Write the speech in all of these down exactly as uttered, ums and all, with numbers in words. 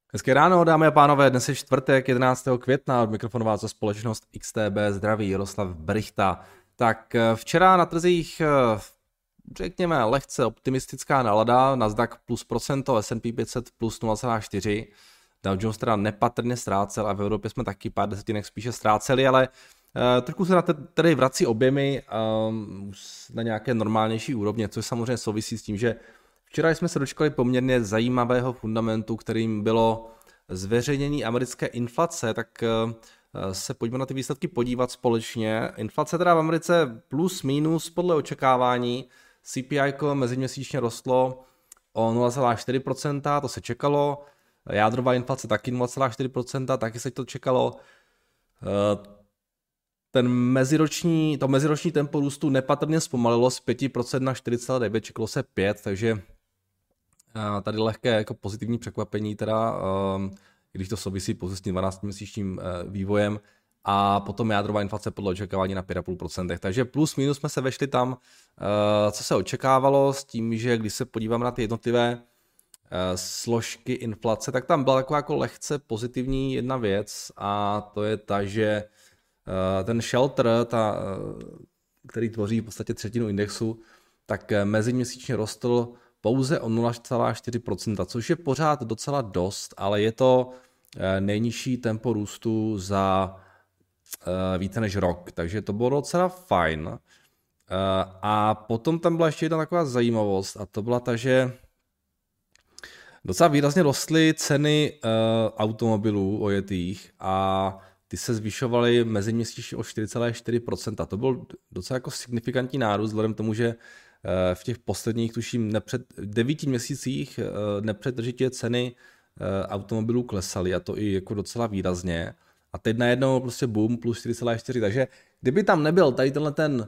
Hezké ráno, dámy a pánové, dnes je čtvrtek, jedenáctého května, od mikrofonu vás za společnost X T B zdraví Jaroslav Brichta. Tak včera na trzích, řekněme, lehce optimistická nálada, Nasdaq plus procento, S and P pět set plus nula celá čtyři, Dow Jones teda nepatrně ztrácel a v Evropě jsme taky pár desetinek spíše ztráceli, ale uh, trošku se na tedy vrací objemy um, na nějaké normálnější úrovně, což samozřejmě souvisí s tím, že včera jsme se dočkali poměrně zajímavého fundamentu, kterým bylo zveřejnění americké inflace, tak se pojďme na ty výsledky podívat společně. Inflace teda v Americe plus minus podle očekávání, C P I meziměsíčně rostlo o nula celá čtyři procenta, to se čekalo, jádrová inflace taky nula celá čtyři procenta, taky se to čekalo. Ten meziroční, to meziroční tempo růstu nepatrně zpomalilo z pět procent na čtyři celá devět, čekalo se pět, takže tady lehké jako pozitivní překvapení, teda, um, když to souvisí pouze s tím dvanáctiměsíčním uh, vývojem, a potom jádrová inflace podle očekávání na pět celá pět procenta. Takže plus minus jsme se vešli tam, uh, co se očekávalo, s tím, že když se podíváme na ty jednotlivé uh, složky inflace, tak tam byla taková jako lehce pozitivní jedna věc, a to je ta, že uh, ten shelter, ta, uh, který tvoří v podstatě třetinu indexu, tak meziměsíčně rostl pouze o nula celá čtyři procenta, což je pořád docela dost, ale je to nejnižší tempo růstu za více než rok, takže to bylo docela fajn. A potom tam byla ještě jedna taková zajímavost, a to byla ta, že docela výrazně rostly ceny automobilů ojetých a ty se zvyšovaly meziměsíčně o čtyři celá čtyři procenta. To byl docela jako signifikantní nárůst, vzhledem k tomu, že v těch posledních, tuším, nepřed, devíti měsících nepřetržitě ceny automobilů klesaly, a to i jako docela výrazně. A teď najednou prostě boom plus čtyři celá čtyři. Takže kdyby tam nebyl tady tenhle ten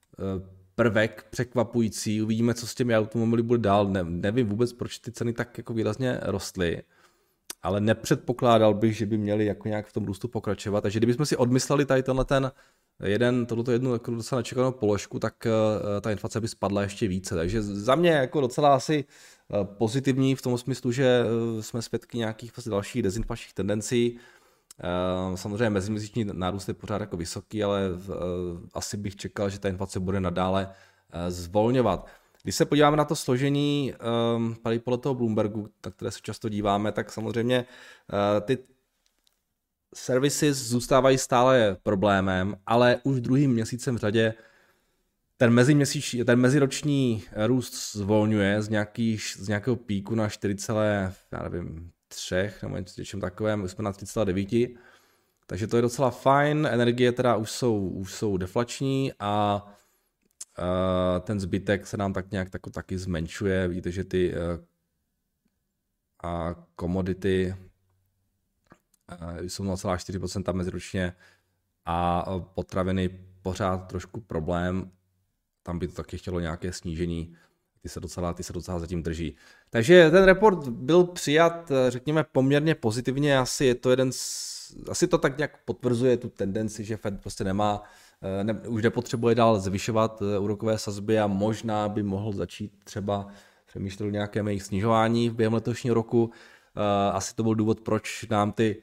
prvek překvapující, uvidíme, co s těmi automobily bude dál. Ne, nevím vůbec, proč ty ceny tak jako výrazně rostly, ale nepředpokládal bych, že by měli jako nějak v tom růstu pokračovat. Takže kdybychom si odmysleli tady tenhle ten jeden, tohleto jednu jako docela nečekanou položku, tak uh, ta inflace by spadla ještě více. Takže za mě jako docela asi uh, pozitivní v tom smyslu, že uh, jsme svědky nějakých vlastně dalších dezinflačních tendencí. Uh, samozřejmě meziměsíční nárůst je pořád jako vysoký, ale uh, asi bych čekal, že ta inflace bude nadále uh, zvolňovat. Když se podíváme na to složení um, tady podle toho Bloombergu, na které se často díváme, tak samozřejmě uh, ty services zůstávají stále problémem, ale už druhým měsícem v řadě ten, meziměsíč, ten meziroční růst zvolňuje z, nějaký, z nějakého píku na čtyři celá tři nebo něčem takovém, už jsme na tři celá devět, takže to je docela fajn. Energie teda už jsou, už jsou deflační a uh, ten zbytek se nám tak nějak tako, taky zmenšuje. Vidíte, že ty uh, a komodity jsou nula celá čtyři procenta meziročně a potraviny pořád trošku problém. Tam by to taky chtělo nějaké snížení, ty se docela, ty se docela zatím drží. Takže ten report byl přijat, řekněme, poměrně pozitivně, asi je to jeden z, asi to tak nějak potvrzuje tu tendenci, že Fed prostě nemá, ne, už nepotřebuje dál zvyšovat úrokové sazby a možná by mohl začít třeba přemýšlet o nějakém jejich snižování během letošního roku. Asi to byl důvod, proč nám ty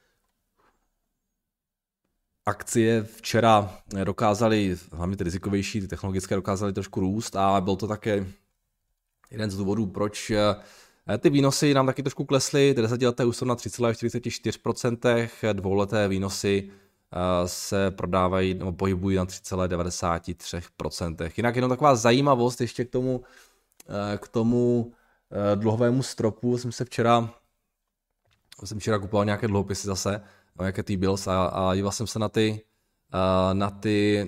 akcie včera dokázaly, hlavně ty rizikovější, ty technologické dokázaly trošku růst, a byl to také jeden z důvodů, proč ty výnosy nám taky trošku klesly. Desetileté už jsou na tři celá čtyřicet čtyři procenta, dvouleté výnosy se prodávají nebo pohybují na tři celá devadesát tři procenta. Jinak jenom taková zajímavost ještě k tomu, k tomu dluhovému stropu. Jsem se včera, jsem včera kupoval nějaké dluhopisy zase, nějaké T-bills, a, a díval jsem se na ty, na ty,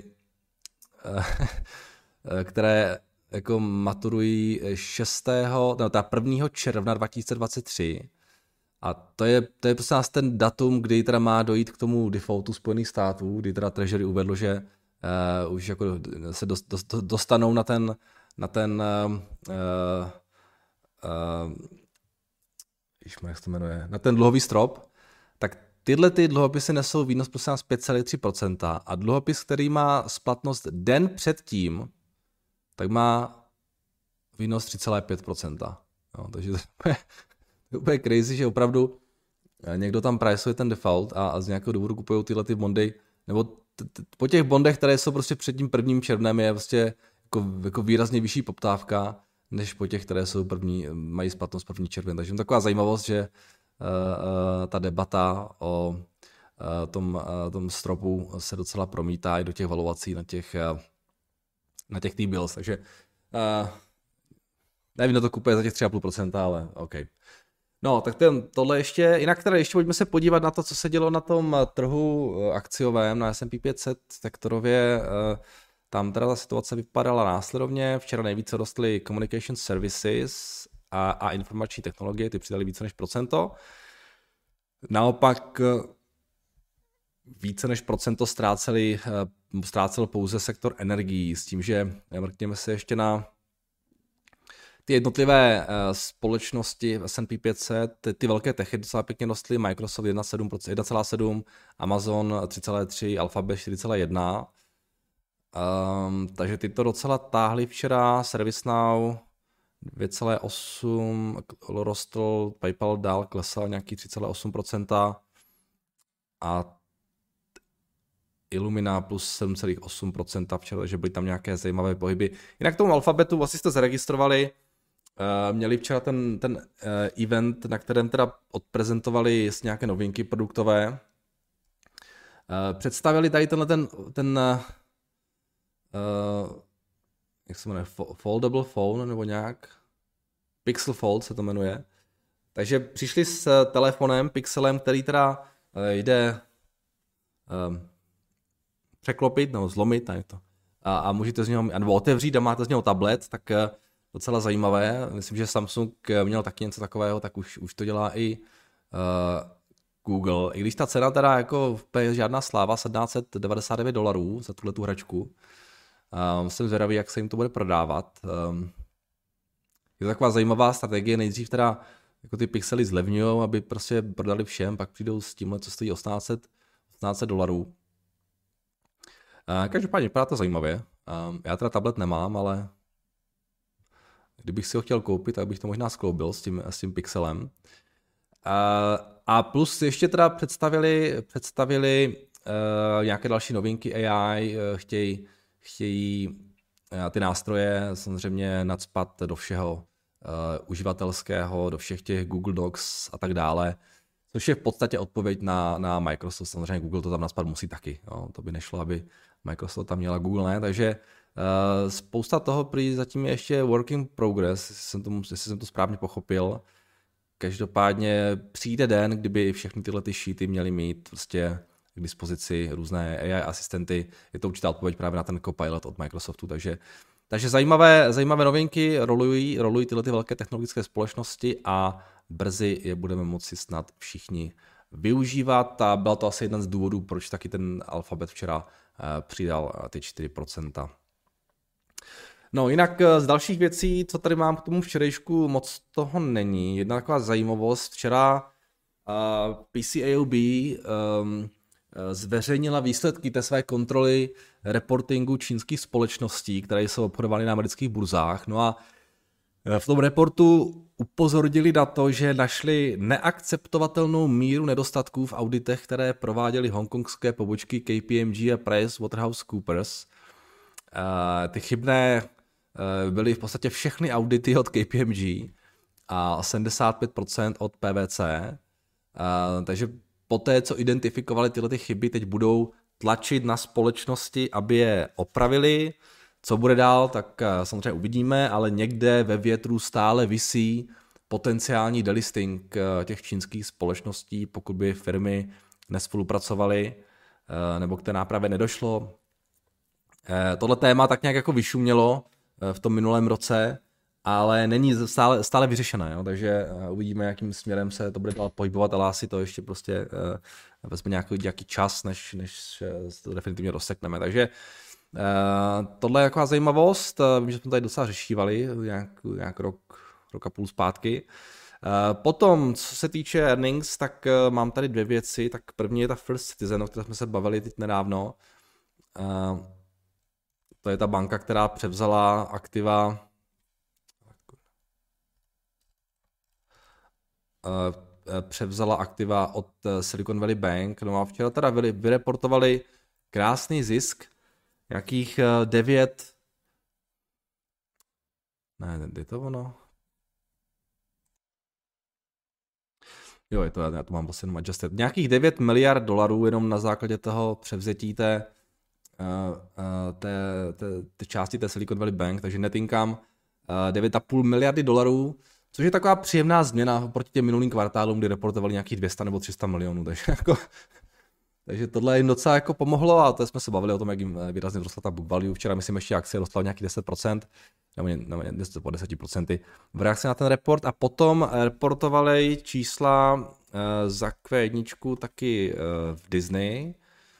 které jako maturují šestého no, prvního června dva tisíce dvacet tři. A to je, to je prostě nás ten datum, kdy teda má dojít k tomu defaultu Spojených států, kdy teda Treasury uvedlo, že uh, už jako se dost, dost, dostanou na ten, na ten uh, uh, jak se to jmenuje, na ten dluhový strop, tak tyhle ty dluhopisy nesou výnos prostě nás pět celá tři procenta a dluhopis, který má splatnost den předtím, tak má výnos tři celá pět procenta. No, takže to je úplně crazy, že opravdu někdo tam priceuje ten default a, a z nějakého důvodu kupují tyhle ty bondy, nebo t- t- po těch bondech, které jsou prostě před tím prvním červnem, je prostě jako, jako výrazně vyšší poptávka, než po těch, které jsou první, mají splatnost první červen. Takže je taková zajímavost, že uh, uh, ta debata o uh, tom, uh, tom stropu se docela promítá i do těch valuací na těch, uh, na těch T-bills. Takže uh, nevím, kdo to kupuje za těch tři celá pět procenta, ale OK. No, tak ten, tohle ještě, jinak teda ještě pojďme se podívat na to, co se dělo na tom trhu akciovém, na S and P pět set sektorově. Tam teda ta situace vypadala následovně. Včera nejvíce rostly communication services a, a informační technologie, ty přidali více než procento. Naopak více než procento ztráceli, ztrácel pouze sektor energií, s tím, že mrkněme se ještě na ty jednotlivé společnosti v S and P pět set, ty, ty velké techy docela pěkně rostly, Microsoft jedna celá sedm, Amazon tři celá tři, Alphabet čtyři celá jedna. Um, takže ty to docela táhly včera, ServiceNow dvě celá osm, rostl, PayPal dál klesal nějaký tři celá osm procenta a Illumina plus sedm celá osm procenta včera, takže byly tam nějaké zajímavé pohyby. Jinak k tomu Alphabetu asi jste zaregistrovali, uh, měli včera ten, ten uh, event, na kterém teda odprezentovali nějaké novinky produktové. Uh, představili tady tenhle ten, ten uh, Uh, jak se jmenuje, foldable phone nebo nějak, Pixel Fold se to jmenuje. Takže přišli s telefonem, Pixelem, který teda uh, jde um, překlopit nebo zlomit to. A, a můžete z něho, nebo otevřít a máte z něho tablet, tak uh, docela zajímavé. Myslím, že Samsung měl taky něco takového, tak už, už to dělá i uh, Google. I když ta cena teda jako je žádná sláva, sedmnáct set devadesát devět dolarů za tuhle tu hračku. Um, jsem zvědavý, jak se jim to bude prodávat. Um, je to taková zajímavá strategie, nejdřív teda jako ty pixely zlevňujou, aby prostě prodali všem, pak přijdou s tímhle, co stojí osmnáct set dolarů. Uh, každopádně vypadá to zajímavě. Um, já teda tablet nemám, ale kdybych si ho chtěl koupit, tak bych to možná skloubil s tím, s tím pixelem. Uh, a plus ještě teda představili, představili uh, nějaké další novinky A I, uh, chtějí chtějí ty nástroje samozřejmě nacpat do všeho uh, uživatelského, do všech těch Google Docs a tak dále, což je v podstatě odpověď na, na Microsoft. Samozřejmě Google to tam nacpat musí taky. Jo. To by nešlo, aby Microsoft tam měla, Google ne, takže uh, spousta toho prý zatím je ještě work in progress, jestli jsem to, jestli jsem to správně pochopil. Každopádně přijde den, kdyby všechny tyhle ty sheety měly mít prostě k dispozici různé A I asistenty. Je to určitá odpověď právě na ten Copilot od Microsoftu, takže, takže zajímavé, zajímavé novinky rolují, rolují tyhle ty velké technologické společnosti a brzy je budeme moci snad všichni využívat a byl to asi jeden z důvodů, proč taky ten Alphabet včera přidal ty čtyři procenta. No jinak z dalších věcí, co tady mám k tomu včerejšku, moc toho není. Jedna taková zajímavost, včera uh, P C A O B um, zveřejnila výsledky té své kontroly reportingu čínských společností, které jsou obchodovány na amerických burzách. No a v tom reportu upozornili na to, že našli neakceptovatelnou míru nedostatků v auditech, které prováděly hongkongské pobočky K P M G a PricewaterhouseCoopers. Ty chybné byly v podstatě všechny audity od K P M G a sedmdesát pět procent od P V C. Takže poté, co identifikovali tyhle ty chyby, teď budou tlačit na společnosti, aby je opravili. Co bude dál, tak samozřejmě uvidíme, ale někde ve větru stále visí potenciální delisting těch čínských společností, pokud by firmy nespolupracovaly nebo k té nápravě nedošlo. Tohle téma tak nějak jako vyšumělo v tom minulém roce, ale není stále, stále vyřešené, jo? Takže uvidíme, jakým směrem se to bude dál pohybovat, ale asi to ještě prostě uh, vezme nějaký, nějaký čas, než, než to definitivně rozsekneme. Takže uh, tohle je taková zajímavost, vím, že jsme tady docela řešívali nějak, nějak rok, rok a půl zpátky. Uh, potom, co se týče earnings, tak uh, mám tady dvě věci. Tak první je ta First Citizen, o které jsme se bavili teď nedávno. Uh, to je ta banka, která převzala aktiva převzala aktiva od Silicon Valley Bank. No a včera teda vyreportovali krásný zisk, jakých devět... Ne, je to ono? Jo, je to, já to mám vlastně jenom adjusted. Nějakých devět miliard dolarů jenom na základě toho převzetí té, té, té, té části té Silicon Valley Bank, takže net income devět a půl miliardy dolarů, což je taková příjemná změna proti těm minulým kvartálům, kdy reportovali nějakých dvě stě nebo tři sta milionů, takže jako... Takže tohle jim docela jako pomohlo a to jsme se bavili o tom, jak jim výrazně vzrostla ta book value. Včera myslím ještě akcie dostala nějaký deset procent, nebo něco po deset procent v reakci na ten report a potom reportovali čísla za Q jedna taky v Disney.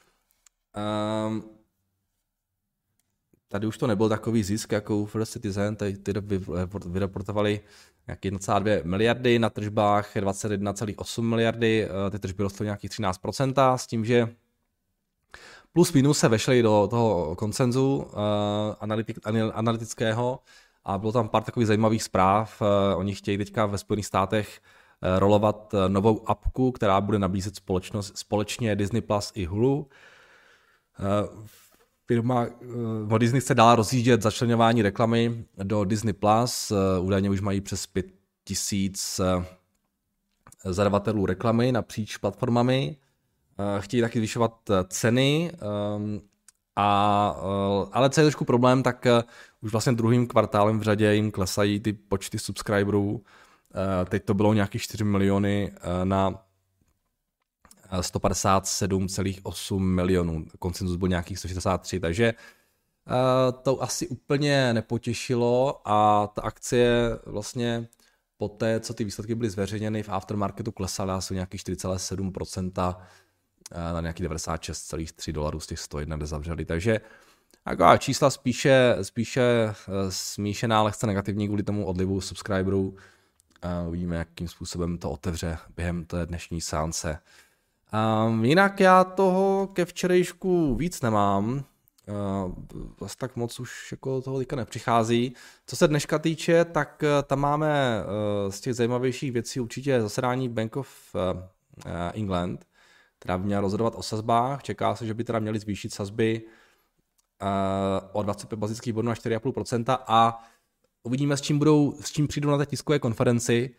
Tady už to nebyl takový zisk jako u First Citizen, tady vyreportovali nějaký jedna celá dvě miliardy, na tržbách dvacet jedna celá osm miliardy, ty tržby rostly nějakých třináct procent s tím, plus minus se vešli do toho konsenzu uh, analytik, analytického a bylo tam pár takových zajímavých zpráv. Uh, oni chtějí teďka ve Spojených státech uh, rolovat uh, novou apku, která bude nabízet společnost, společně Disney Plus i Hulu. Uh, Firma uh, Disney chce dál rozjíždět začleňování reklamy do Disney Plus. Uh, údajně už mají přes pět tisíc uh, zadavatelů reklamy napříč platformami. Uh, chtějí taky zvyšovat uh, ceny, um, a, uh, ale co je trošku problém, tak uh, už vlastně druhým kvartálem v řadě jim klesají ty počty subscriberů. Uh, teď to bylo nějakých čtyři miliony uh, na sto padesát sedm celá osm milionů, konsenzus byl nějakých sto šedesát tři, takže uh, to asi úplně nepotěšilo a ta akcie vlastně po té, co ty výsledky byly zveřejněny v aftermarketu klesala asi nějakých čtyři celá sedm procenta na nějakých devadesát šest celá tři dolarů z těch sto jedna, kde zavřeli, takže jako čísla spíše, spíše smíšená, lehce negativní kvůli tomu odlivu subscriberů. Uh, uvidíme, jakým způsobem to otevře během té dnešní seance. Um, jinak já toho ke včerejšku víc nemám, uh, vlastně tak moc už jako toho teďka nepřichází. Co se dneška týče, tak uh, tam máme uh, z těch zajímavějších věcí určitě zasedání Bank of uh, England, která by měla rozhodovat o sazbách. Čeká se, že by teda měli zvýšit sazby uh, o dvacet pět bazických bodů na čtyři celá pět procenta a uvidíme, s čím, budou, s čím přijdou na té tiskové konferenci.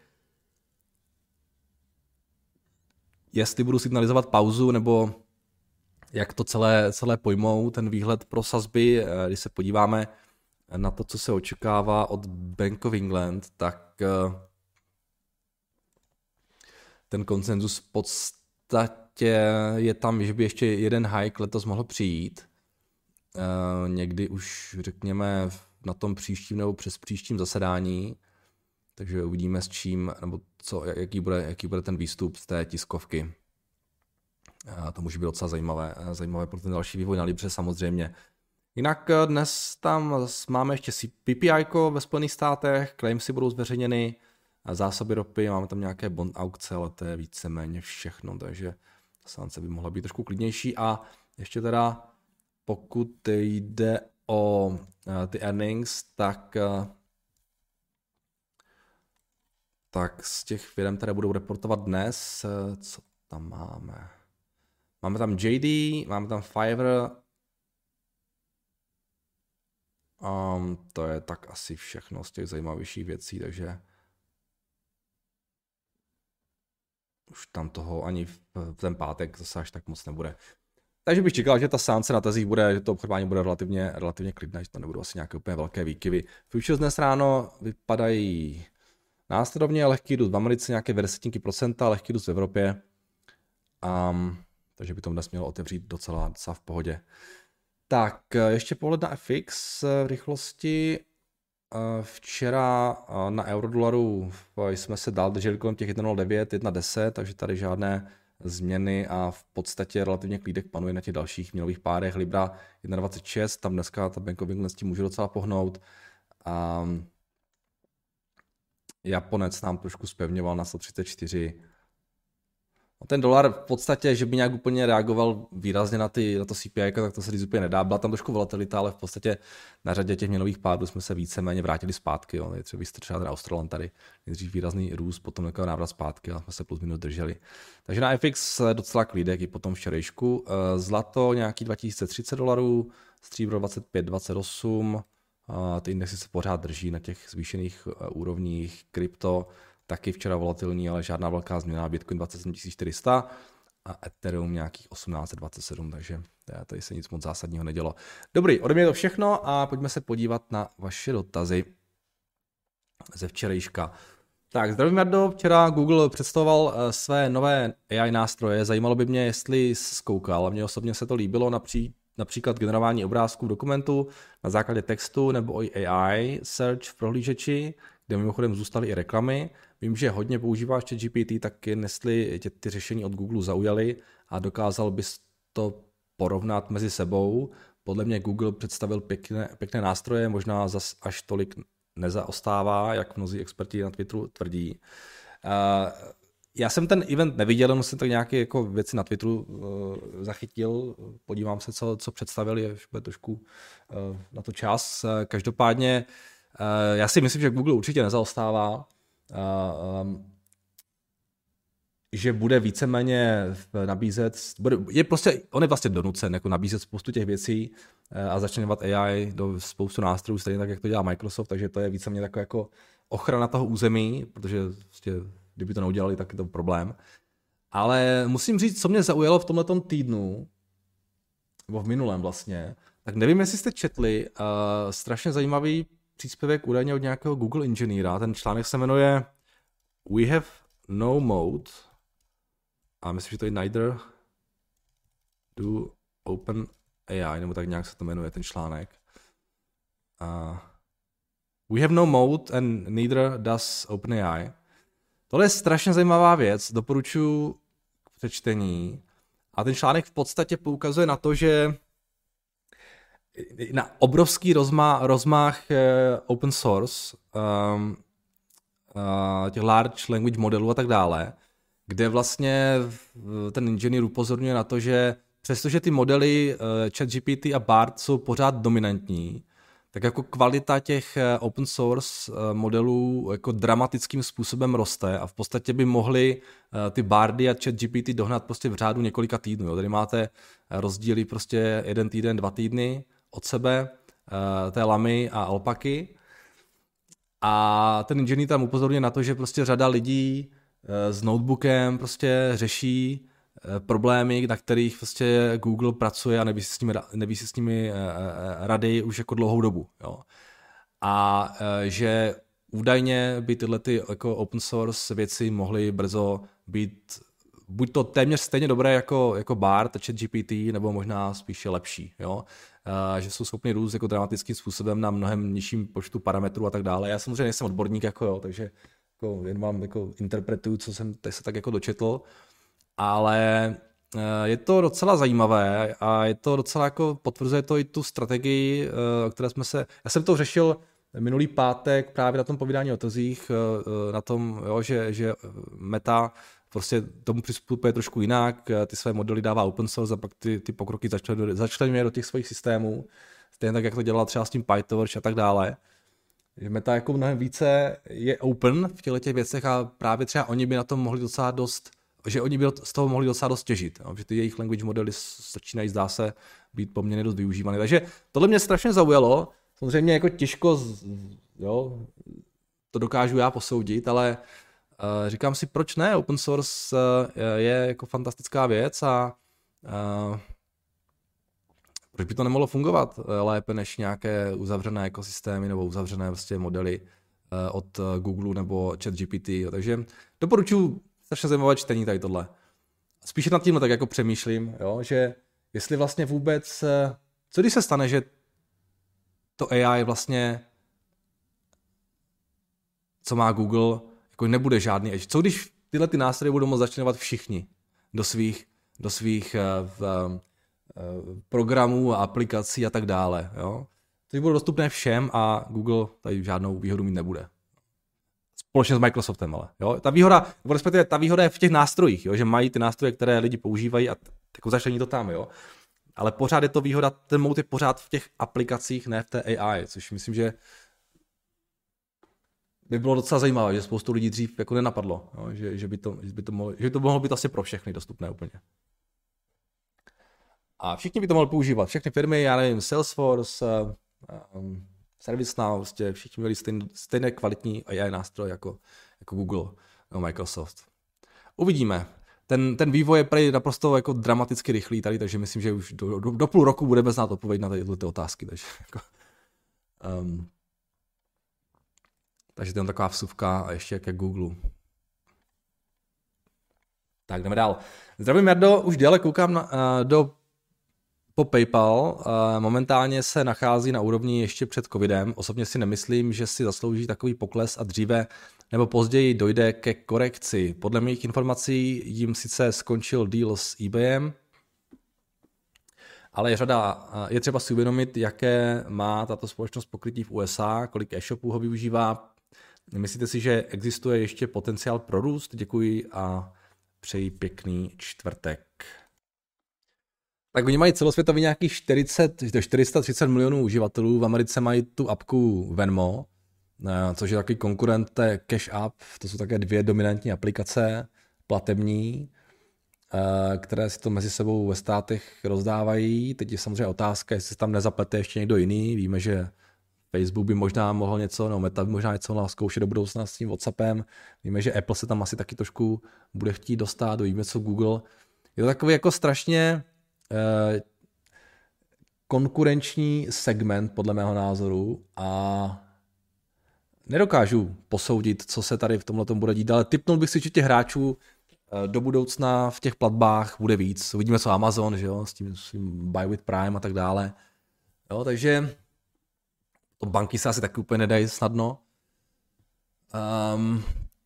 Jestli budu signalizovat pauzu, nebo jak to celé, celé pojmou, ten výhled pro sazby. Když se podíváme na to, co se očekává od Bank of England, tak ten konsenzus v podstatě je tam, že by ještě jeden hike letos mohl přijít. Někdy už řekněme na tom příštím nebo přes příštím zasedání. Takže uvidíme s čím, nebo co, jaký bude, jaký bude ten výstup z té tiskovky. A to může být docela zajímavé, zajímavé pro ten další vývoj na Libře samozřejmě. Jinak dnes tam máme ještě P P I ve Spojených státech, claimsy budou zveřejněny, zásoby ropy, máme tam nějaké bond aukce, ale to je víceméně všechno, takže seance by mohla být trošku klidnější. A ještě teda, pokud jde o ty earnings, tak tak z těch firm, které budou reportovat dnes, co tam máme? Máme tam J D, máme tam Fiverr, um, to je tak asi všechno z těch zajímavějších věcí, takže už tam toho ani v, v ten pátek zase až tak moc nebude. Takže bych čekal, že ta seance na tezích bude, že to obchodování bude relativně, relativně klidné, že to nebudou asi nějaké úplně velké výkyvy. Futures dnes ráno vypadají následovně lehký růst v Americe, nějaké deset procent, lehký růst v Evropě. Um, takže by to dnes mělo otevřít docela, docela v pohodě. Tak, ještě pohled na F X v rychlosti. Včera na eurodolaru jsme se dál drželi kolem těch jedna celá nula devět, jedna celá deset, takže tady žádné změny a v podstatě relativně klídek panuje na těch dalších měnových párech. Libra jedna celá dvacet šest, tam dneska ta Bank of England s tím může docela pohnout. Um, Japonec nám trošku zpevňoval na sto třicet čtyři. Ten dolar v podstatě, že by nějak úplně reagoval výrazně na, ty, na to C P I, tak to se říct úplně nedá. Byla tam trošku volatilita, ale v podstatě na řadě těch měnových pádů jsme se víceméně vrátili zpátky. Jo. Třeba byste třeba ten Australan tady, nejdřív výrazný růst, potom takový návrat zpátky a jsme se plus minus drželi. Takže na F X docela klídek i potom včerejšku. Zlato nějaký dva tisíce třicet dolarů, stříbro dvacet pět dvacet osm, ty indexy se pořád drží na těch zvýšených úrovních, krypto taky včera volatilní, ale žádná velká změna, Bitcoin dvacet sedm tisíc čtyři sta a Ethereum nějakých osmnáct dvacet sedm, takže tady se nic moc zásadního nedělo. Dobrý, ode mě je to všechno a pojďme se podívat na vaše dotazy ze včerejška. Tak, zdravím Jardo, včera Google představoval své nové A I nástroje, zajímalo by mě, jestli zkoukal, mně osobně se to líbilo, napří, například generování obrázků v dokumentu na základě textu nebo i A I search v prohlížeči, kde mimochodem zůstaly i reklamy. Vím, že hodně používáš ChatGPT, tak jen jestli tě ty řešení od Google zaujaly a dokázal bys to porovnat mezi sebou. Podle mě Google představil pěkné, pěkné nástroje, možná zas až tolik nezaostává, jak mnozí experti na Twitteru tvrdí. Uh, já jsem ten event neviděl, jenom jsem tak nějaké jako věci na Twitteru uh, zachytil, podívám se, co, co představili, až bude trošku uh, na to čas. Uh, každopádně uh, já si myslím, že Google určitě nezaostává, uh, um, že bude víceméně nabízet, bude, je prostě, on je vlastně donucen jako nabízet spoustu těch věcí a začlenovat A I do spoustu nástrojů, stejně tak, jak to dělá Microsoft, takže to je víceméně taková jako ochrana toho území, protože vlastně, kdyby to neudělali, tak je to problém. Ale musím říct, co mě zaujalo v tomhletom týdnu, nebo v minulém vlastně, tak nevím, jestli jste četli, uh, strašně zajímavý příspěvek údajně od nějakého Google inženýra, ten článek se jmenuje We have no mode, a myslím, že to je neither do open A I, nebo tak nějak se to jmenuje ten článek. Uh, we have no mode and neither does OpenAI. Tohle je strašně zajímavá věc, doporučuji k přečtení. A ten článek v podstatě poukazuje na to, že na obrovský rozmach, rozmach uh, open source, um, uh, těch large language modelů a tak dále, kde vlastně ten inženýr upozorňuje na to, že přestože ty modely ChatGPT a Bard jsou pořád dominantní, tak jako kvalita těch open source modelů jako dramatickým způsobem roste a v podstatě by mohly ty Bardy a ChatGPT dohnat prostě v řádu několika týdnů. Jo. Tady máte rozdíly prostě jeden týden, dva týdny od sebe, té lamy a alpaky. A ten inženýr tam upozorňuje na to, že prostě řada lidí s notebookem prostě řeší problémy, na kterých prostě Google pracuje a neví si s nimi, neví si s nimi rady už jako dlouhou dobu. Jo. A že údajně by tyhle ty jako open source věci mohly brzo být buď to téměř stejně dobré jako, jako Bard, ChatGPT, nebo možná spíše lepší. Jo. Že jsou schopni růst jako dramatickým způsobem na mnohem nižším počtu parametrů a tak dále. Já samozřejmě nejsem odborník, jako jo, takže jako jen vám jako interpretuju, co jsem teď se tak jako dočetl, ale je to docela zajímavé a je to docela jako potvrzuje to i tu strategii, o které jsme se, já jsem to řešil minulý pátek právě na tom povídání o trzích, na tom, jo, že, že Meta prostě tomu přistupuje trošku jinak, ty své modely dává open source a pak ty, ty pokroky začlenuje do těch svých systémů, stejně tak, jak to dělala třeba s tím PyTorch a tak dále. Že Meta jako mnohem více je open v těchto těch věcech a právě třeba oni by na tom mohli docela dost, že oni by z toho mohli docela dost těžit, jo? Že ty jejich language modely začínají, zdá se, být poměrně dost využívané. Takže tohle mě strašně zaujalo, samozřejmě jako těžko, jo, to dokážu já posoudit, ale uh, říkám si, proč ne, open source uh, je jako fantastická věc a uh, proč by to nemohlo fungovat lépe než nějaké uzavřené ekosystémy nebo uzavřené vlastně modely od Google nebo ChatGPT. Takže doporučuji strašně zajímavé čtení tady tohle. Spíše nad tím tak jako přemýšlím, jo, že jestli vlastně vůbec, co když se stane, že to A I vlastně, co má Google, jako nebude žádný edge. Co když tyhle ty nástroje budou moct začlenovat všichni do svých, do svých v, programů a aplikací a tak dále. Jo? To bude dostupné všem a Google tady žádnou výhodu mít nebude. společně s Microsoftem, ale jo. Ta výhoda, respektive ta výhoda je v těch nástrojích, jo, že mají ty nástroje, které lidi používají a jako začlení to tam, jo. Ale pořád je to výhoda, ten mout je pořád v těch aplikacích, ne v té A I, což myslím, že by bylo docela zajímavé, že spoustu lidí dřív jako nenapadlo, jo, že, že, by to, že, by to mohlo, že by to mohlo být asi pro všechny dostupné úplně. A všichni by to mohli používat, všechny firmy, já nevím, Salesforce, um, ServiceNow, prostě všichni měli stejné, stejné kvalitní A I nástroje jako, jako Google nebo Microsoft. Uvidíme. Ten, ten vývoj je prý naprosto jako dramaticky rychlý tady, takže myslím, že už do, do, do půl roku budeme znát odpověď na tyhle ty otázky. Takže, jako, um, takže to je taková vsuvka a ještě jak je Google. Tak jdeme dál. Zdravím, Jardo, už déle koukám na, uh, do po PayPal. Uh, momentálně se nachází na úrovni ještě před covidem. Osobně si nemyslím, že si zaslouží takový pokles a dříve nebo později dojde ke korekci. Podle mých informací jim sice skončil deal s eBayem, ale je řada, je třeba si uvědomit, jaké má tato společnost pokrytí v U S A, kolik e-shopů ho využívá. Myslíte si, že existuje ještě potenciál pro růst? Děkuji a přeji pěkný čtvrtek. Tak oni mají celosvětově nějakých čtyřicet, čtyři sta třicet milionů uživatelů, v Americe mají tu apku Venmo, což je takový konkurent té Cash App, to jsou také dvě dominantní aplikace platební, které si to mezi sebou ve státech rozdávají. Teď je samozřejmě otázka, jestli se tam nezaplete ještě někdo jiný. Víme, že Facebook by možná mohl něco, no Meta by možná něco mohl zkoušet do budoucna s tím WhatsAppem. Víme, že Apple se tam asi taky trošku bude chtít dostat, dovíme co Google. Je to takový jako strašně eh, konkurenční segment podle mého názoru a nedokážu posoudit, co se tady v tomhle bude dít, ale tipnul bych si, že těch hráčů do budoucna v těch platbách bude víc. Uvidíme, co Amazon, že jo, s tím svým Buy with Prime a tak dále. Jo, takže to banky se asi taky úplně nedají snadno. Um,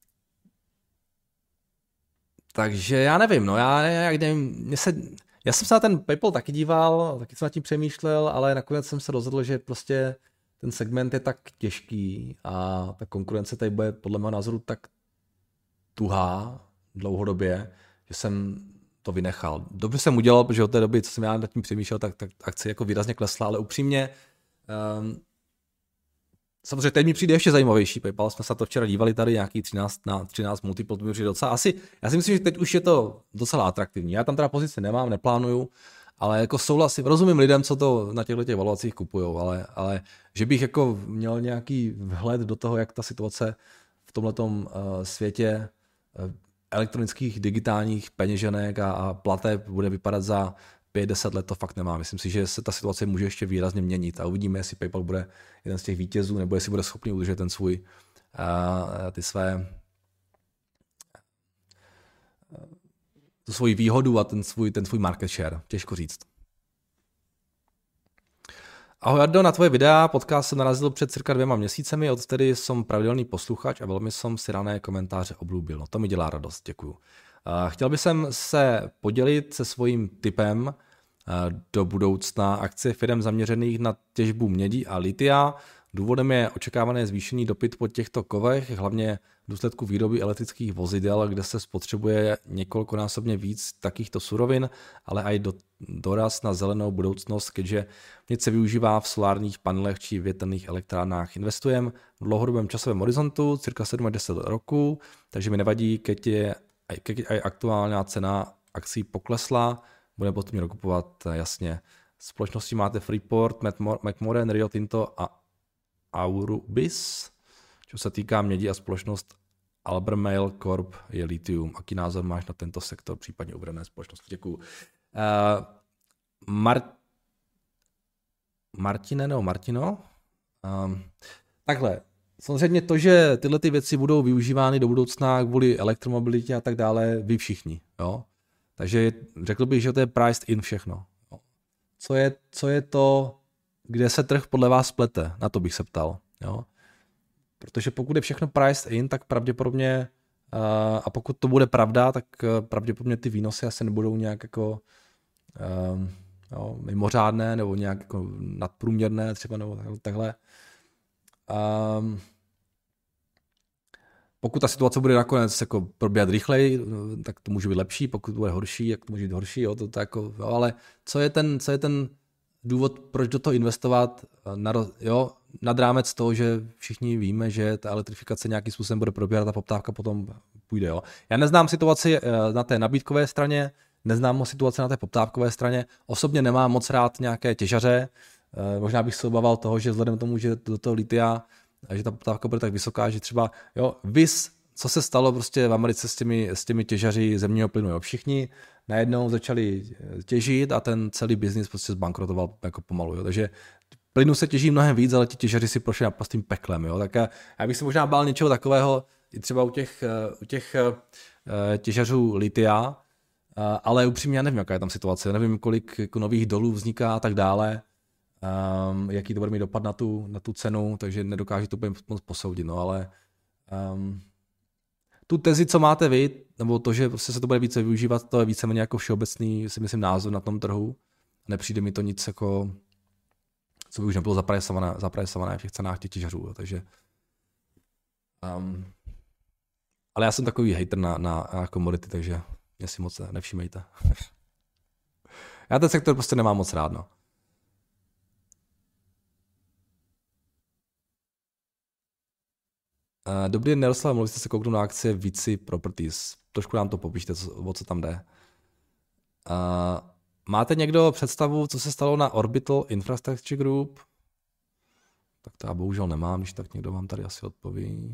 takže já nevím, no já, já nevím, mě se, já jsem se na ten PayPal taky díval, taky jsem nad tím přemýšlel, ale nakonec jsem se rozhodl, že prostě ten segment je tak těžký a ta konkurence tady bude podle mého názoru tak tuhá dlouhodobě, že jsem to vynechal. Dobře jsem udělal, protože od té doby, co jsem já nad tím přemýšlel, tak, tak akce jako výrazně klesla, ale upřímně um, samozřejmě teď mi přijde ještě zajímavější PayPal, jsme se to včera dívali tady, nějaký třináct na třináct multiple, to mi přijde docela asi, já si myslím, že teď už je to docela atraktivní. Já tam teda pozici nemám, neplánuju, ale jako souhlasím, rozumím lidem, co to na těchto těch valuacích kupujou, ale, ale že bych jako měl nějaký vhled do toho, jak ta situace v tomhletom uh, světě uh, elektronických digitálních peněženek a, a plateb bude vypadat za pět deset let, to fakt nemá. Myslím si, že se ta situace může ještě výrazně měnit a uvidíme, jestli PayPal bude jeden z těch vítězů, nebo jestli bude schopný udržet ten svůj, uh, ty své uh, tu svoji výhodu a ten svůj, ten svůj market share. Těžko říct. Ahoj Jardo, na tvoje videa podcast jsem narazil před cirka dvěma měsícemi, od tedy jsem pravidelný posluchač a velmi jsem si rané komentáře oblúbil. No, to mi dělá radost, děkuju. Chtěl bych se podělit se svým tipem do budoucna akcie firem zaměřených na těžbu mědi a litia. Důvodem je očekávané zvýšený dopyt po těchto kovech, hlavně v důsledku výroby elektrických vozidel, kde se spotřebuje několikonásobně víc takýchto surovin, ale i do, doraz na zelenou budoucnost, keďže měď se využívá v solárních panelech či větrných elektrárnách. Investujeme v dlouhodobém časovém horizontu, cirka sedm až deset roků, takže mi nevadí, keď je keď aktuální cena akcí poklesla, budeme potom dokupovat jasně. Společnosti máte Freeport, McMoran, Rio Tinto a Aurubis, co se týká mědi a společnost Albemarle Corp je lithium. Aký názor máš na tento sektor, případně uvedené společnosti? Děkuju. Uh, Mar- Martine nebo Martino? Um, takhle, samozřejmě to, že tyhle ty věci budou využívány do budoucna kvůli elektromobilitě a tak dále, ví všichni. Jo? Takže řekl bych, že to je priced in všechno. Jo? Co je, co je to, kde se trh podle vás plete? Na to bych se ptal. Jo? Protože pokud je všechno priced in, tak pravděpodobně, uh, a pokud to bude pravda, tak uh, pravděpodobně ty výnosy asi nebudou nějak jako um, jo, mimořádné nebo nějak jako nadprůměrné třeba nebo takhle. Um, pokud ta situace bude nakonec jako probíhat rychleji, tak to může být lepší, pokud bude horší, tak to může být horší, jo, to, to jako, jo, ale co je ten, co je ten důvod, proč do toho investovat, na, jo, nad rámec toho, že všichni víme, že ta elektrifikace nějakým způsobem bude probíhat, ta poptávka potom půjde. Jo. Já neznám situaci na té nabídkové straně, neznám situaci na té poptávkové straně, osobně nemám moc rád nějaké těžaře, možná bych se obával toho, že vzhledem k tomu, že do toho litia, že ta poptávka bude tak vysoká, že třeba, jo, vys, co se stalo prostě v Americe s těmi, s těmi těžaři zemního plynu, jo, všichni najednou začali těžit a ten celý biznis prostě zbankrotoval jako pomalu, jo, takže plynu se těží mnohem víc, ale ti těžaři si prošli naprostým peklem, jo, tak já, já bych se možná bál něčeho takového i třeba u těch, u těch těžařů litia, ale upřímně já nevím, jaká je tam situace, nevím, kolik jako nových dolů vzniká a tak dále, um, jaký to bude mít dopad na tu, na tu cenu, takže nedokážu to úplně moc posoudit, no, ale um, tu tezi, co máte vy, nebo to, že prostě se to bude více využívat, to je víceméně jako všeobecný, si myslím, názor na tom trhu. Nepřijde mi to nic jako, co by už nebylo zaprajsované, zaprajsované v těch cenách těch těžařů, takže um, ale já jsem takový hater na, na, na komodity, takže mě si moc nevšímejte. Já ten sektor prostě nemám moc rád, no. Dobrý den, Jaroslav, mohli jste se kouknout na akcie Vici Properties. Trošku nám to popište, co, o co tam jde. Uh, máte někdo představu, co se stalo na Orbital Infrastructure Group? Tak to já bohužel nemám, když tak někdo vám tady asi odpoví.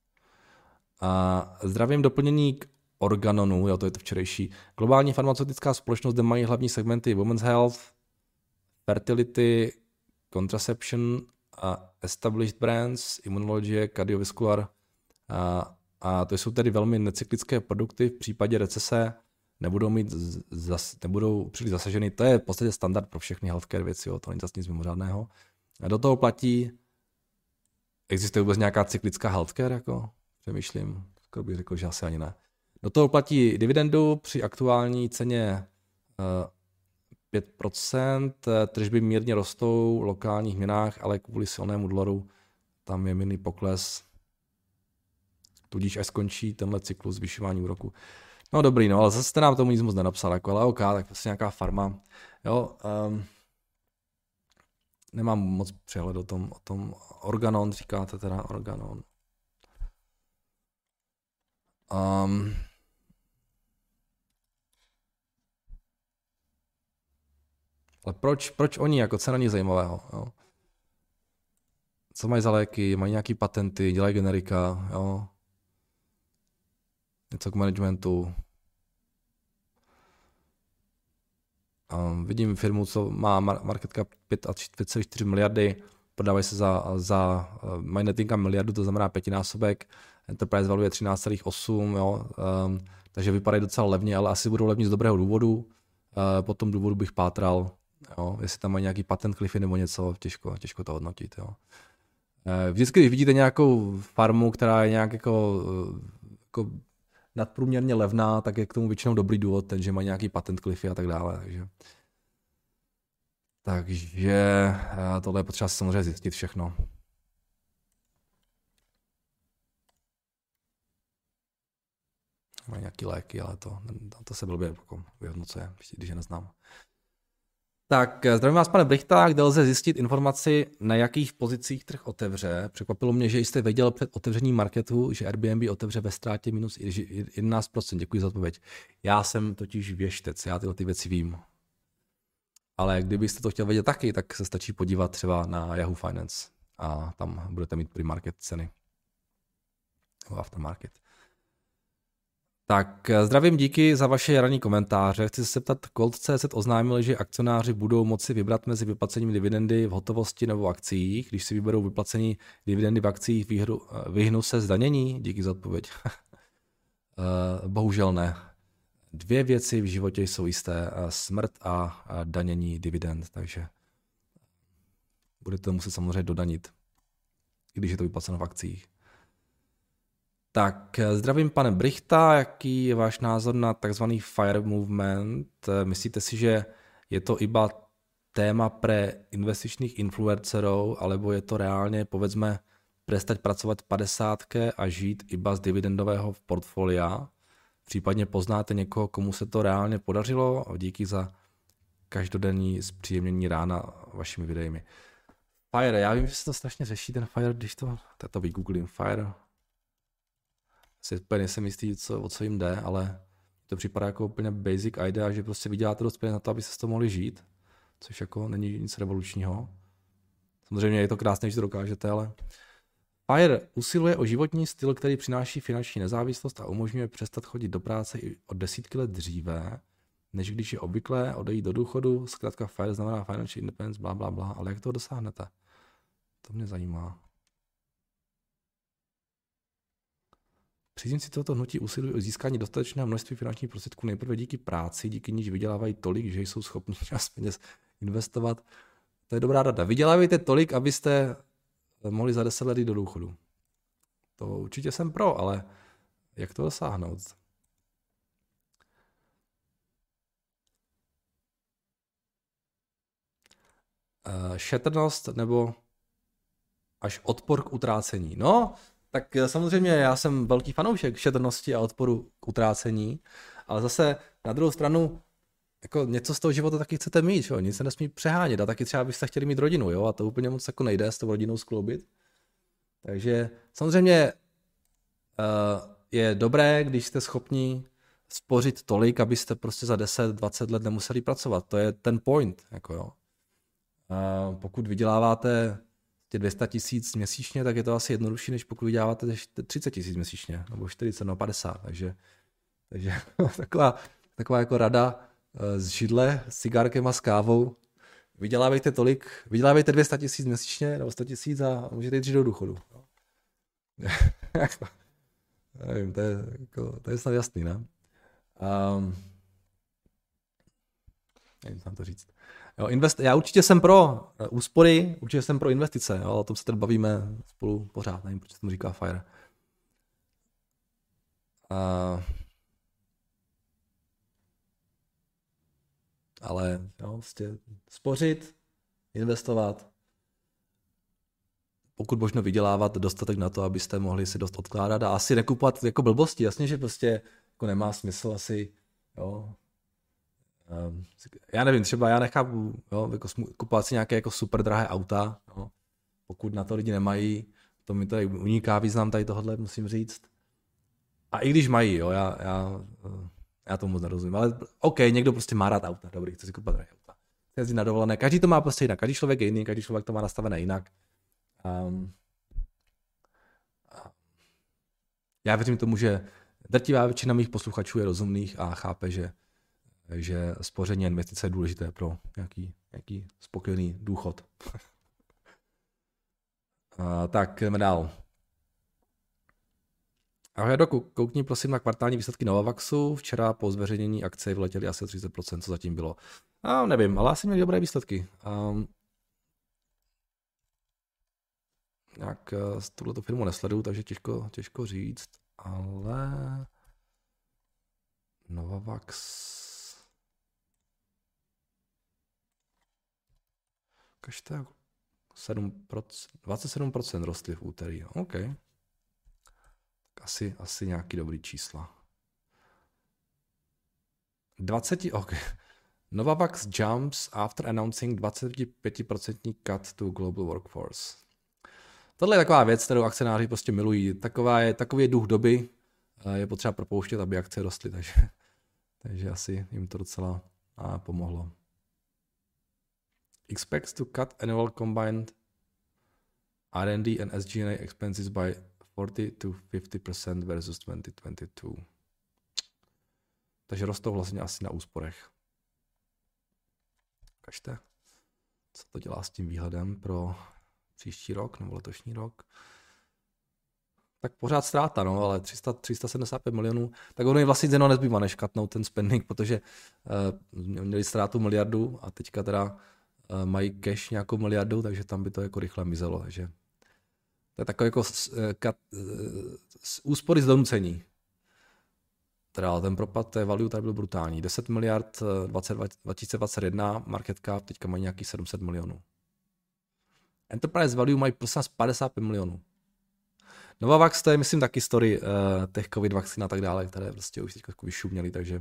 Uh, zdravím, doplnění k Organonu, jo, to je to včerejší. Globální farmaceutická společnost, kde mají hlavní segmenty Women's Health, Fertility, Contraception, a Established Brands, Immunologie, Cardiovascular a, a to jsou tedy velmi necyklické produkty, v případě recese nebudou mít zas, nebudou příliš zasaženy, to je v podstatě standard pro všechny healthcare věci, jo, to není zase nic mimořádného. A do toho platí, existuje vůbec nějaká cyklická healthcare, jako přemýšlím, skoro bych řekl, že asi ani ne. Do toho platí dividendu při aktuální ceně uh, pět procent, tržby mírně rostou v lokálních měnách, ale kvůli silnému dolaru tam je mírný pokles. Tudíž až skončí tenhle cyklus zvyšování úroku. No dobrý, no, ale zase jste nám tomu nic moc nenapsal, jako, ale OK, tak prostě nějaká farma. Jo, um, nemám moc přehled o tom, o tom Organon, říkáte teda Organon. Um, Ale proč, proč oni, jako co na nich zajímavého? Jo? Co mají za léky, mají nějaký patenty, dělají generika, jo? Něco k managementu. Um, vidím firmu, co má market cap pět celá čtyři miliardy, prodávají se za, za uh, mají net income miliardu, to znamená pětinásobek, enterprise value je třináct celá osm, jo? Um, takže vypadají docela levně, ale asi budou levní z dobrého důvodu. Uh, po tom důvodu bych pátral. Jo, jestli tam mají nějaký patent cliffy nebo něco, těžko, těžko to hodnotit. Jo. Vždycky, když vidíte nějakou farmu, která je nějak jako, jako nadprůměrně levná, tak je k tomu většinou dobrý důvod, ten, že mají nějaký patent cliffy a tak dále. Takže, takže tohle je potřeba si samozřejmě zjistit všechno. Mají nějaký léky, ale to, to se blbě vyhodnocuje, když je neznám. Tak, zdravím vás, pane Brichta, kde lze zjistit informaci, na jakých pozicích trh otevře. Překvapilo mě, že jste věděl před otevřením marketu, že Airbnb otevře ve ztrátě minus jedenáct procent. Děkuji za odpověď. Já jsem totiž věštec, já tyhle ty věci vím. Ale kdybyste to chtěl vědět taky, tak se stačí podívat třeba na Yahoo Finance a tam budete mít pre-market ceny. Nebo aftermarket. Tak zdravím, díky za vaše ranní komentáře. Chci se zeptat, Colt tečka cé zet oznámil, že akcionáři budou moci vybrat mezi vyplacením dividendy v hotovosti nebo v akcích. Když si vyberou vyplacení dividendy v akcích, vyhru, vyhnu se zdanění? Díky za odpověď. Bohužel ne. Dvě věci v životě jsou jisté. Smrt a danění dividend, takže budete muset samozřejmě dodanit, když je to vyplaceno v akcích. Tak, zdravím pane Brichta, jaký je váš názor na takzvaný fire movement? Myslíte si, že je to iba téma pre investičných influencerov, alebo je to reálně, povedzme, prestať pracovat padesátke a žít iba z dividendového portfolia. Případně poznáte někoho, komu se to reálně podařilo. Díky za každodenní zpříjemnění rána vašimi videemi. Fire, já vím, že se to strašně řeší, ten Fire, když to, to, to vygooglím, Fire. Si úplně nejsem jistý, co, o co jim jde, ale to připadá jako úplně basic idea, že prostě vyděláte dost peněz na to, aby se z toho mohli žít, což jako není nic revolučního. Samozřejmě je to krásné, že to dokážete, ale Fire usiluje o životní styl, který přináší finanční nezávislost a umožňuje přestat chodit do práce i o desítky let dříve, než když je obvyklé odejít do důchodu. Zkrátka Fire znamená financial independence, bla, bla, bla, ale jak to dosáhnete? To mě zajímá. Příznivci tohoto hnutí usilují o získání dostatečného množství finančních prostředků nejprve díky práci, díky níž vydělávají tolik, že jsou schopni čas peněz investovat. To je dobrá rada. Vydělávejte tolik, abyste mohli za deset let jít do důchodu. To určitě jsem pro, ale jak to dosáhnout? Uh, šetrnost nebo až odpor k utrácení. No, tak samozřejmě já jsem velký fanoušek šetrnosti a odporu k utrácení, ale zase na druhou stranu jako něco z toho života taky chcete mít, jo? Nic se nesmí přehánět a taky třeba byste chtěli mít rodinu, jo? A to úplně moc jako nejde s tou rodinou skloubit. Takže samozřejmě uh, je dobré, když jste schopni spořit tolik, abyste prostě za deset dvacet let nemuseli pracovat. To je ten point, jako jo. Uh, pokud vyděláváte dvě stě tisíc měsíčně, tak je to asi jednodušší, než pokud vyděláváte třicet tisíc měsíčně, nebo čtyřicet, no padesát, takže, takže taková, taková jako rada z židle s cigárkem a s kávou. Vydělávejte tolik, vydělávejte dvě stě tisíc měsíčně, nebo sto tisíc a můžete jít do důchodu. Nevím, to je, jako, to je snad jasný, ne? Um, nevím, co mám to říct. Jo, invest, já určitě jsem pro úspory, určitě jsem pro investice, jo, o tom se tady bavíme spolu pořád, nevím, proč se tomu říká Fire. Uh, ale jo, vlastně spořit, investovat, pokud možno vydělávat dostatek na to, abyste mohli si dost odkládat a asi nekupovat jako blbosti, jasně, že prostě jako nemá smysl asi, jo. Um, já nevím, třeba já nechápu, jo, jako kupovat si nějaké jako super drahé auta, jo, pokud na to lidi nemají, to mi tady uniká význam tady tohle, musím říct. A i když mají, jo, já, já, já tomu moc nerozumím, ale OK, někdo prostě má rád auta, dobrý, chce si kupovat drahé auta. Chce jezdit na dovolené, každý to má prostě jinak, každý člověk je jiný, každý člověk to má nastavené jinak. Um, já věřím tomu, že drtivá většina mých posluchačů je rozumných a chápe, že že spoření a investice je důležité pro nějaký, nějaký spokojený důchod. a, tak jdeme dál. Ahoj, Jado, koukni prosím na kvartální výsledky Novavaxu. Včera po zveřejnění akce vyletěly asi třicet procent, co zatím bylo. A nevím, ale asi měli dobré výsledky. Um, nějak z tuhleto firmu nesleduju, takže těžko, těžko říct, ale Novavax Kažte, sedm procent, dvacet sedm procent rostly v úterý. OK. Tak asi, asi nějaký dobrý čísla. dvacet, OK. Novavax jumps after announcing dvacet pět procent cut to global workforce. Tohle je taková věc, kterou akcionáři prostě milují. Taková je, takový je duch doby. Je potřeba propouštět, aby akcie rostly, takže, takže asi jim to docela a, pomohlo. Expects to cut annual combined R and D and S G and A expenses by forty to fifty percent versus twenty twenty-two. Takže rostou vlastně asi na úsporech. Kažte, co to dělá s tím výhledem pro příští rok nebo letošní rok. Tak pořád ztráta, no, ale tři sta, tři sta sedmdesát pět milionů, tak ono jim vlastně jenom nezbývá, než katnout ten spending, protože uh, měli ztrátu miliardu a teďka teda mají cash nějakou miliardu, takže tam by to jako rychle mizelo. Takže to je takové jako z, kat, z úspory z donucení. Teda ten propad té value tady byl brutální. deset miliard dva tisíce dvacet jedna, market cap teďka mají nějaký sedm set milionů. Enterprise value mají prosím nás padesát pět milionů. Novavax to je, myslím, taky story uh, těch covid vakcín a tak dále, které prostě už teď vyšuměly, takže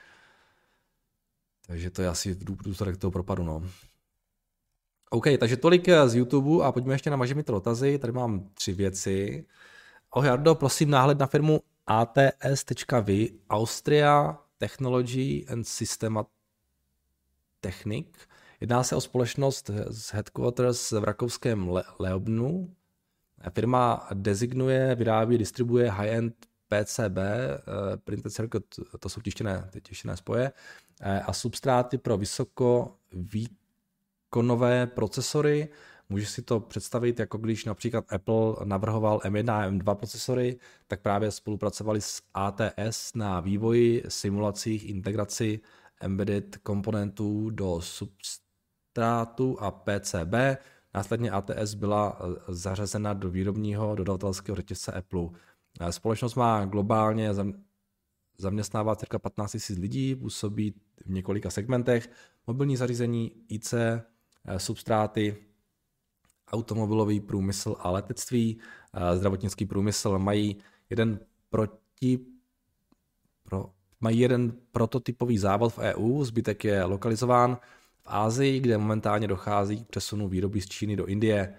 takže to je asi v důsledek toho propadu, no. OK, takže tolik z YouTube a pojďme ještě na Maži mi to dotazy. Tady mám tři věci. Oh, Jardo, prosím náhled na firmu A T S tečka V I, Austria Technology and Systema Technik. Jedná se o společnost z headquarters v rakouském Le- Leobnu. Firma designuje, vyrábí, distribuje high-end P C B, uh, printed circuit, to jsou tištěné, tištěné spoje, uh, a substráty pro vysokovýkonové procesory. Můžeš si to představit, jako když například Apple navrhoval M jedna a M dva procesory, tak právě spolupracovali s A T S na vývoji, simulacích, integraci embedded komponentů do substrátu a P C B. Následně A T S byla zařazena do výrobního dodavatelského řetězce Apple. Společnost má globálně zaměstnává cirka patnáct tisíc lidí, působí v několika segmentech, mobilní zařízení, I C, substráty, automobilový průmysl a letectví, zdravotnický průmysl. Mají jeden proti, pro, mají jeden prototypový závod v E U, zbytek je lokalizován v Asii, kde momentálně dochází k přesunu výroby z Číny do Indie.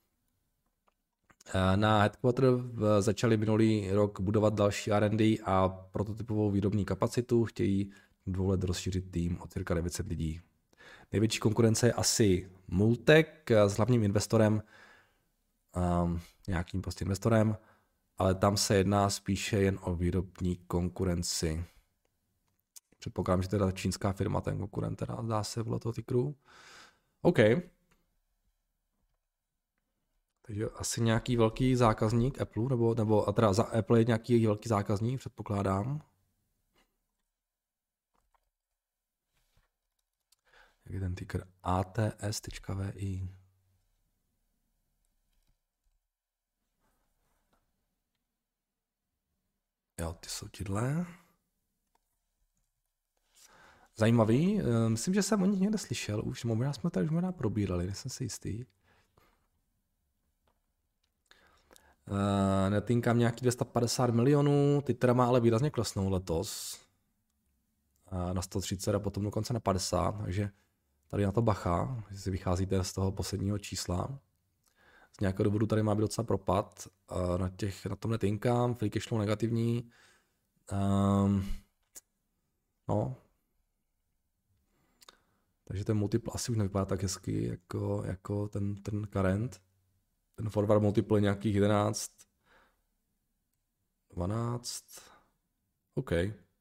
Na headquarter začali minulý rok budovat další R and D a prototypovou výrobní kapacitu. Chtějí dvou let rozšířit tým o cirka devět set lidí. Největší konkurence je asi Multek s hlavním investorem, um, nějakým prostě investorem, ale tam se jedná spíše jen o výrobní konkurenci. Předpokládám, že teda čínská firma, ten konkurent, teda zdá se vle toho tykru. OK. Takže asi nějaký velký zákazník Apple, nebo, nebo a teda za Apple je nějaký velký zákazník, předpokládám. Jak je ten ticker? A T S tečka V I. Jo, ty jsou tyhle. Zajímavý. Myslím, že jsem o nich někde slyšel. Už možná jsme tady už možná probírali, nejsem si jistý. Uh, netinkám nějaký dvě stě padesát milionů, ty teda má ale výrazně klesnou letos. Uh, na sto třicet a potom dokonce na padesát, takže tady na to bacha, jestli vycházíte z toho posledního čísla. Z nějakého důvodu tady má být docela propad. Uh, na, těch, na tom netinkám, free cash flow negativní. Um, no. Takže ten multiple asi už nevypadá tak hezky jako, jako ten, ten current. Ten forward multiple je nějakých jedenáct, dvanáct, OK.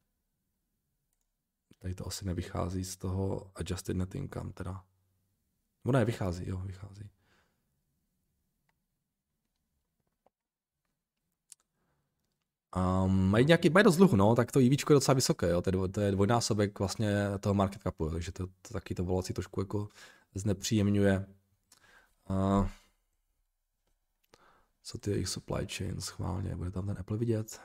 Tady to asi nevychází z toho adjusted net income teda. No ne, vychází, jo, vychází. Um, mají nějaký, mají dost dluhu, no, tak to IVčko je docela vysoké, jo, to je, dvoj, to je dvojnásobek vlastně toho market capu, takže to, to taky to volací trošku jako znepříjemňuje. Uh, Co ty jejich supply chain schválně, bude tam ten Apple vidět?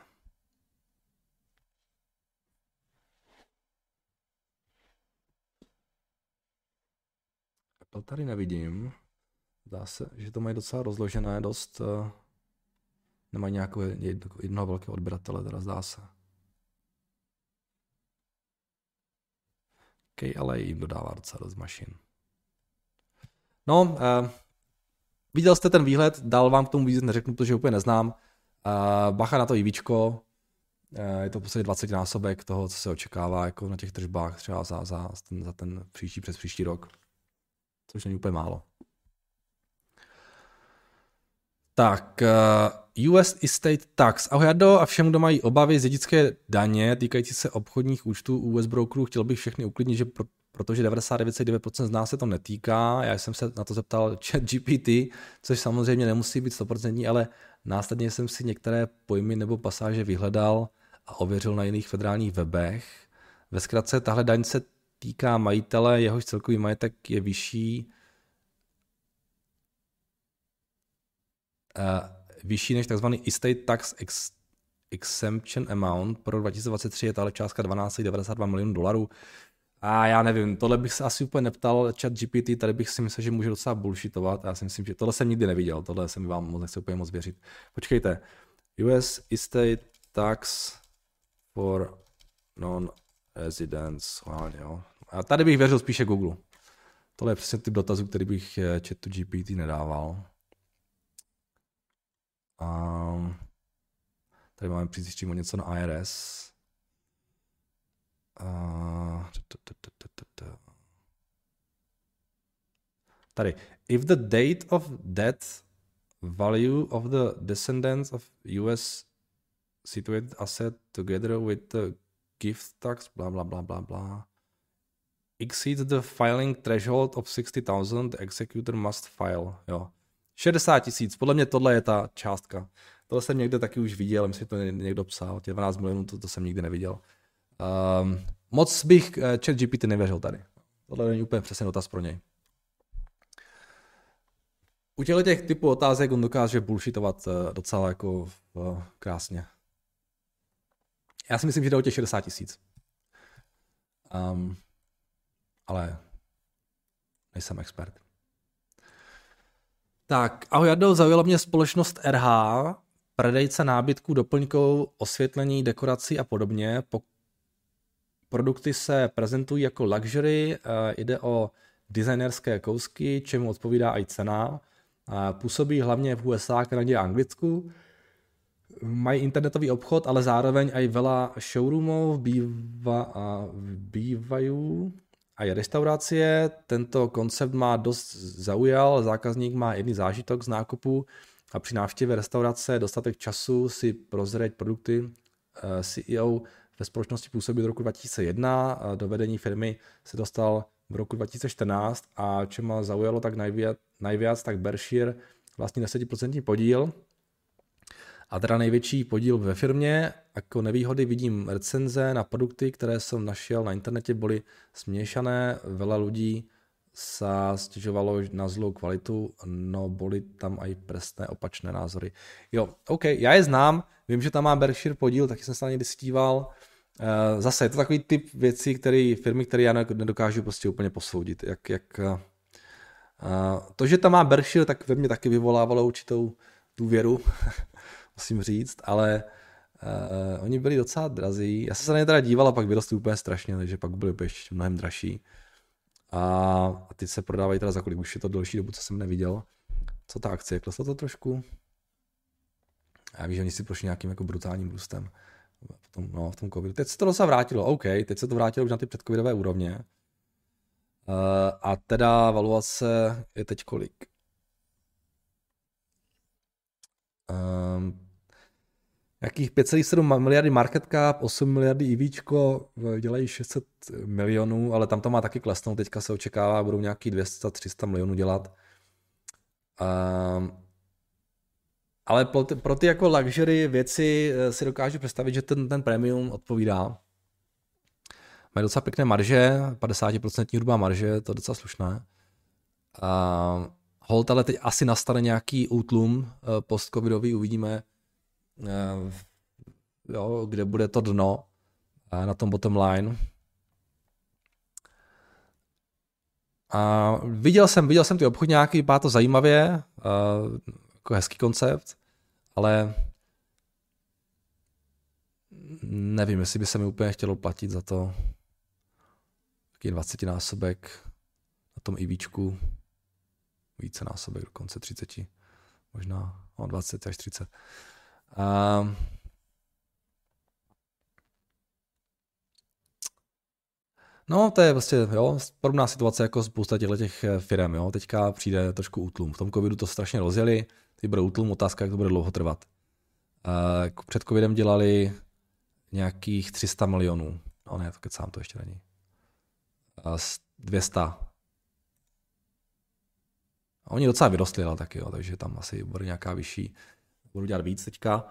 Apple tady nevidím. Zdá se, že to mají docela rozložené, dost. Uh, nemají nějakého jednoho, jednoho velkého odběratele, teda zdá se. K L A jim dodává docela dost mašin. No, uh, viděl jste ten výhled, dál vám k tomu víc neřeknu, protože úplně neznám. Uh, bacha na to IVčko, uh, je to v podstatě dvacet násobek toho, co se očekává jako na těch tržbách třeba za, za, ten, za ten příští, přes příští rok. Což není úplně málo. Tak, uh, U S Estate Tax. Ahoj Jardo a všem, kdo mají obavy z dědické daně týkající se obchodních účtů u U S brokerů, chtěl bych všechny uklidnit, že pro, protože devadesát devět celá devět procent z nás se to netýká. Já jsem se na to zeptal ChatGPT, což samozřejmě nemusí být sto procent, ale následně jsem si některé pojmy nebo pasáže vyhledal a ověřil na jiných federálních webech. Ve zkratce, tahle daň se týká majitele, jehož celkový majetek je vyšší Uh, vyšší než tzv. Estate Tax ex- Exemption Amount. Pro dva tisíce dvacet tři je tahle částka dvanáct celá devadesát dva milionů dolarů. A já nevím, tohle bych se asi úplně neptal chat G P T, tady bych si myslel, že může docela bullshitovat. Já si myslím, že tohle jsem nikdy neviděl, tohle jsem vám moc nechci úplně moc věřit. Počkejte, U S estate tax for non-residents, jo. A tady bych věřil spíše Google. Tohle je přesně typ dotazů, který bych chatu G P T nedával. Um, tady máme příští něco na I R S. Uh, tady. If the date of death value of the descendants of U S situated asset together with the gift tax, bla bla bla bla bla, exceeds the filing threshold of sixty thousand, the executor must file. Jo. šedesát tisíc, podle mě tohle je ta částka. Tohle jsem někde taky už viděl, myslím, že to někdo psal, těch dvanáct milionů, to, to jsem nikdy neviděl. Um, moc bych uh, chat G P T nevěřil tady. Tohle není úplně přesně dotaz pro něj. U těchto těch typů otázek on dokáže bullshitovat uh, docela jako uh, krásně. Já si myslím, že jde o těch šedesát tisíc. Um, ale nejsem expert. Tak, ahoj Jardo, zaujala mě společnost R H, prodejce nábytků, doplňků, osvětlení, dekorací a podobně. Po produkty se prezentují jako luxury, jde o designerské kousky, čemu odpovídá i cena. Působí hlavně v U S A, Kanadě a Anglicku. Mají internetový obchod, ale zároveň i veľa showroomů, býva, bývají a je restaurace. Tento koncept má dost zaujal, zákazník má jedný zážitok z nákupu a při návštěvě restaurace dostatek času si prozřeť produkty. C E O ve společnosti působí od roku dva tisíce jedna, do vedení firmy se dostal v roku dva tisíce čtrnáct a čemu má zaujalo tak najviac, najviac tak Berkshire vlastně deset procent podíl. A teda největší podíl ve firmě. Jako nevýhody vidím recenze na produkty, které jsem našel na internete, byly směšané. Veľa lidí se stěžovalo na zlou kvalitu, no byly tam i presné opačné názory. Jo, OK, já je znám, vím, že tam má Berkshire podíl, taky jsem se na někdy stíval. Zase je to takový typ věcí, který, firmy, které já nedokážu prostě úplně posoudit. Jak, jak, to, že tam má Berkshire, tak ve mně taky vyvolávalo určitou důvěru. Musím říct, ale uh, oni byli docela drazí. Já jsem se na ně teda díval a pak vyrostly úplně strašně, takže pak byly ještě mnohem dražší. A, a teď se prodávají teda za kolik, už je to delší dobu, co jsem neviděl. Co ta akcie, kleslo to trošku? Já vím, že oni si prošli nějakým jako brutálním růstem v tom, no, v tom covidu. Teď se to docela vrátilo, OK, teď se to vrátilo už na ty předcovidové úrovně. Uh, a teda valuace je teď kolik? Um, jakých pět celá sedm miliardy market cap, osm miliardy IVčko, dělají šest set milionů, ale tam to má taky klesnout, teďka se očekává, budou nějaký dvě stě tři sta milionů dělat. Um, ale pro ty, pro ty jako luxury věci si dokážu představit, že ten, ten premium odpovídá. Mají docela pěkné marže, padesát procent hrubá marže, to je docela slušné. Um, Hold, ale teď asi nastane nějaký útlum post-covidový, uvidíme, jo, kde bude to dno na tom bottom line. A viděl jsem, viděl jsem ty obchodňáky, vypadá to zajímavě, jako hezký koncept, ale nevím, jestli by se mi úplně chtělo platit za to taký dvacetinásobek na tom IVčku. Více násobek, dokonce třicet, možná no, dvacet až třicet. Um, no, to je prostě jo, podobná situace jako spousta těch firm. Jo. Teďka přijde trošku útlum. V tom covidu to strašně rozjeli, teď bude útlum, otázka, jak to bude dlouho trvat. Uh, před covidem dělali nějakých tři sta milionů. No ne, to kecám, to ještě není. Uh, dvě stě. A oni docela vyrostli, ale taky, jo, takže tam asi bude nějaká vyšší, budu dělat víc teďka.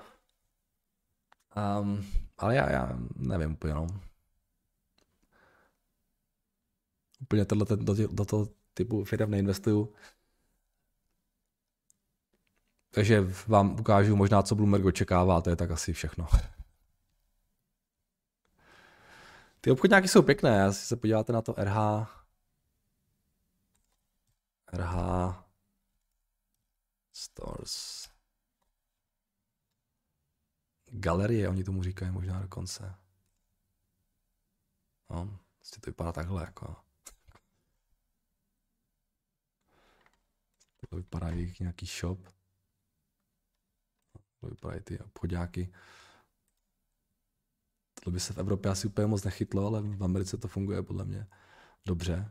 Um, ale já, já nevím úplně, no. Úplně tohle, do, do toho typu firm neinvestuju. Takže vám ukážu možná, co Bloomberg očekává, to je tak asi všechno. Ty obchodňáky jsou pěkné, jestli se podíváte na to R H. R H Stores. Galerie, oni tomu říkají možná dokonce. No, prostě to vypadá takhle, jako. To vypadá jejich nějaký shop. To vypadají ty obchodňáky. To by se v Evropě asi úplně moc nechytlo, ale v Americe to funguje podle mě dobře.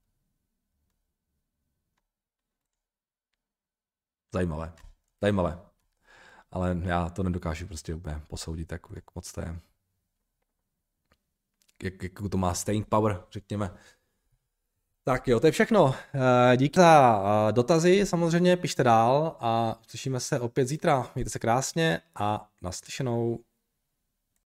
Zajímavé. Zajímavé. Ale já to nedokážu prostě úplně posoudit, jak, jak moc to je. Jak, jak to má staying power, řekněme. Tak jo, to je všechno. Díky za dotazy, samozřejmě pište dál a uslyšíme se opět zítra. Mějte se krásně a naslyšenou.